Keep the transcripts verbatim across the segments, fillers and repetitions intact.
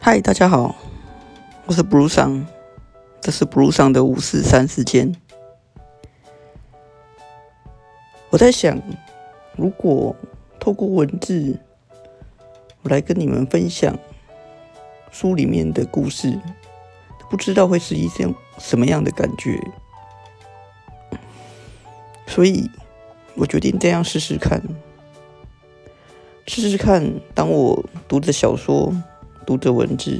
嗨，大家好，我是 Blue 桑，这是 Blue 桑的五四三时间。我在想，如果透过文字，我来跟你们分享书里面的故事，不知道会是一件什么样的感觉。所以我决定这样试试看，试试看，当我读着小说，读着文字，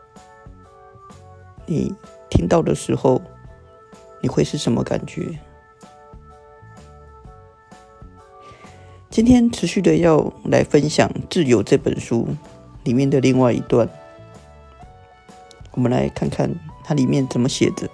你听到的时候，你会是什么感觉？今天持续的要来分享《自由》这本书里面的另外一段，我们来看看它里面怎么写的。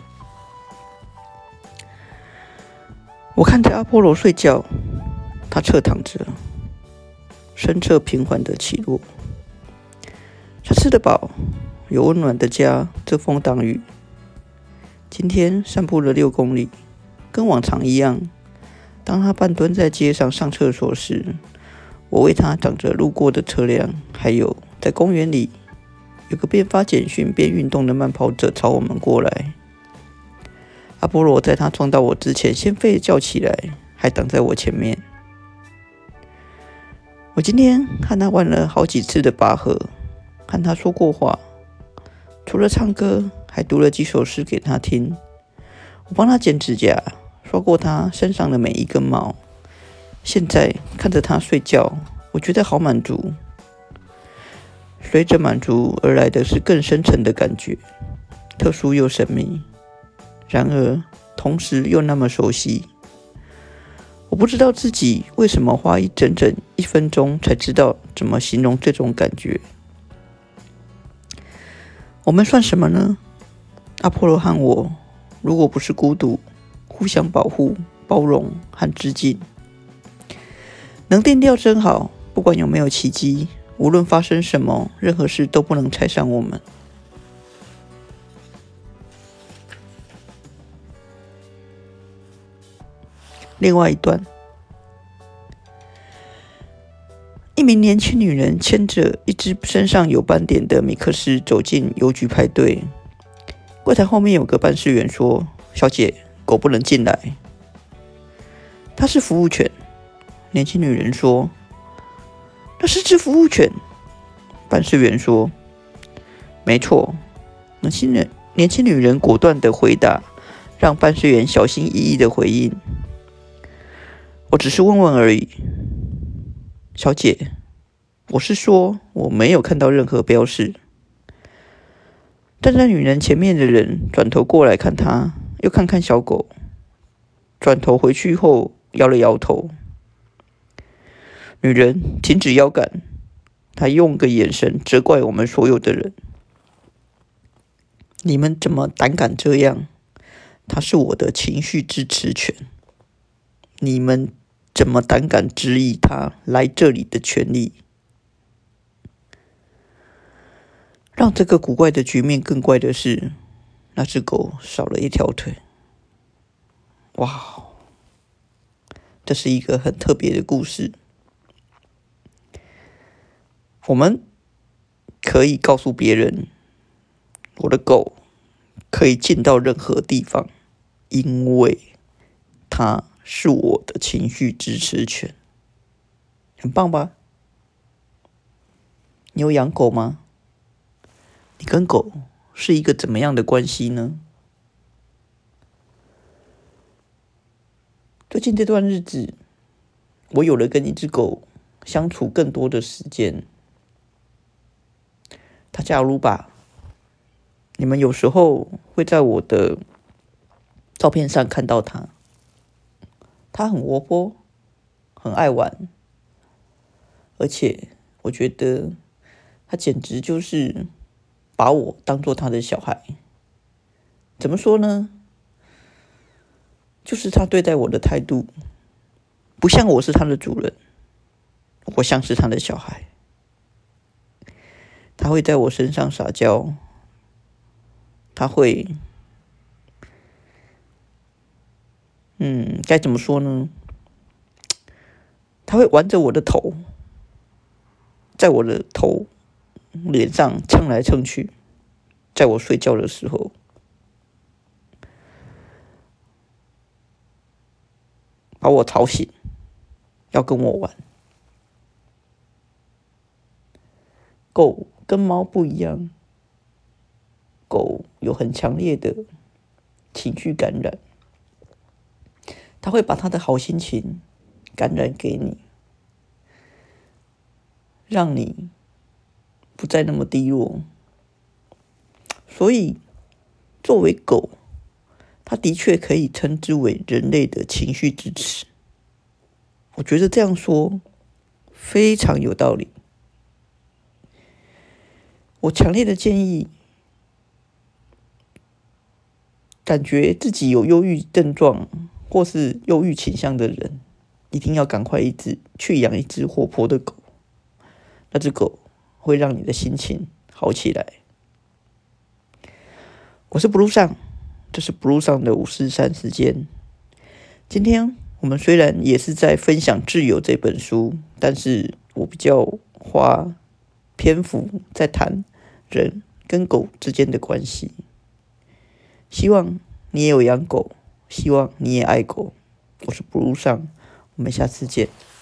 我看着阿波罗睡觉，他侧躺着，身侧平缓的起落。他吃得饱，有温暖的家遮风挡雨。今天散步了六公里，跟往常一样。当他半蹲在街上上厕所时，我为他挡着路过的车辆，还有在公园里有个边发简讯边运动的慢跑者朝我们过来。阿波罗在他撞到我之前先吠叫起来，还挡在我前面。我今天和他玩了好几次的拔河，和他说过话，除了唱歌，还读了几首诗给他听。我帮他剪指甲，刷过他身上的每一根毛。现在看着他睡觉，我觉得好满足。随着满足而来的是更深层的感觉，特殊又神秘，然而同时又那么熟悉。我不知道自己为什么花一整整一分钟才知道怎么形容这种感觉。我们算什么呢？阿波罗和我，如果不是孤独，互相保护、包容和致敬。能定调真好，不管有没有奇迹，无论发生什么，任何事都不能拆散我们。另外一段，一名年轻女人牵着一只身上有斑点的米克斯走进邮局排队。柜台后面有个办事员说：“小姐，狗不能进来。”它是服务犬。年轻女人说：“那是只服务犬。”办事员说：“没错。”年轻人年轻女人果断的回答，让办事员小心翼翼的回应：“我只是问问而已。”小姐，我是说我没有看到任何标示。站在女人前面的人转头过来看她，又看看小狗，转头回去后摇了摇头。女人停止腰杆，她用个眼神责怪我们所有的人：“你们怎么胆敢这样？她是我的情绪支持权。你们怎么胆敢质疑他来这里的权利？”让这个古怪的局面更怪的是，那只狗少了一条腿。哇，这是一个很特别的故事。我们可以告诉别人，我的狗可以进到任何地方，因为它是我的情绪支持权。很棒吧？你有养狗吗？你跟狗是一个怎么样的关系呢？最近这段日子，我有了跟一只狗相处更多的时间。它叫鲁巴，你们有时候会在我的照片上看到它。它很活泼，很爱玩，而且我觉得它简直就是把我当作他的小孩。怎么说呢？就是他对待我的态度，不像我是他的主人，我像是他的小孩。他会在我身上撒娇，他会，嗯，该怎么说呢？他会玩着我的头，在我的头脸上蹭来蹭去，在我睡觉的时候，把我吵醒，要跟我玩。狗跟猫不一样，狗有很强烈的情绪感染，它会把它的好心情感染给你，让你不再那么低落。所以，作为狗，它的确可以称之为人类的情绪支持。我觉得这样说非常有道理。我强烈的建议，感觉自己有忧郁症状或是忧郁倾向的人，一定要赶快一只去养一只活泼的狗。那只狗会让你的心情好起来。我是 Blue 上，这是 Blue 上的五四三时间。今天我们虽然也是在分享《挚友》这本书，但是我比较花篇幅在谈人跟狗之间的关系。希望你也有养狗，希望你也爱狗。我是 Blue 上，我们下次见。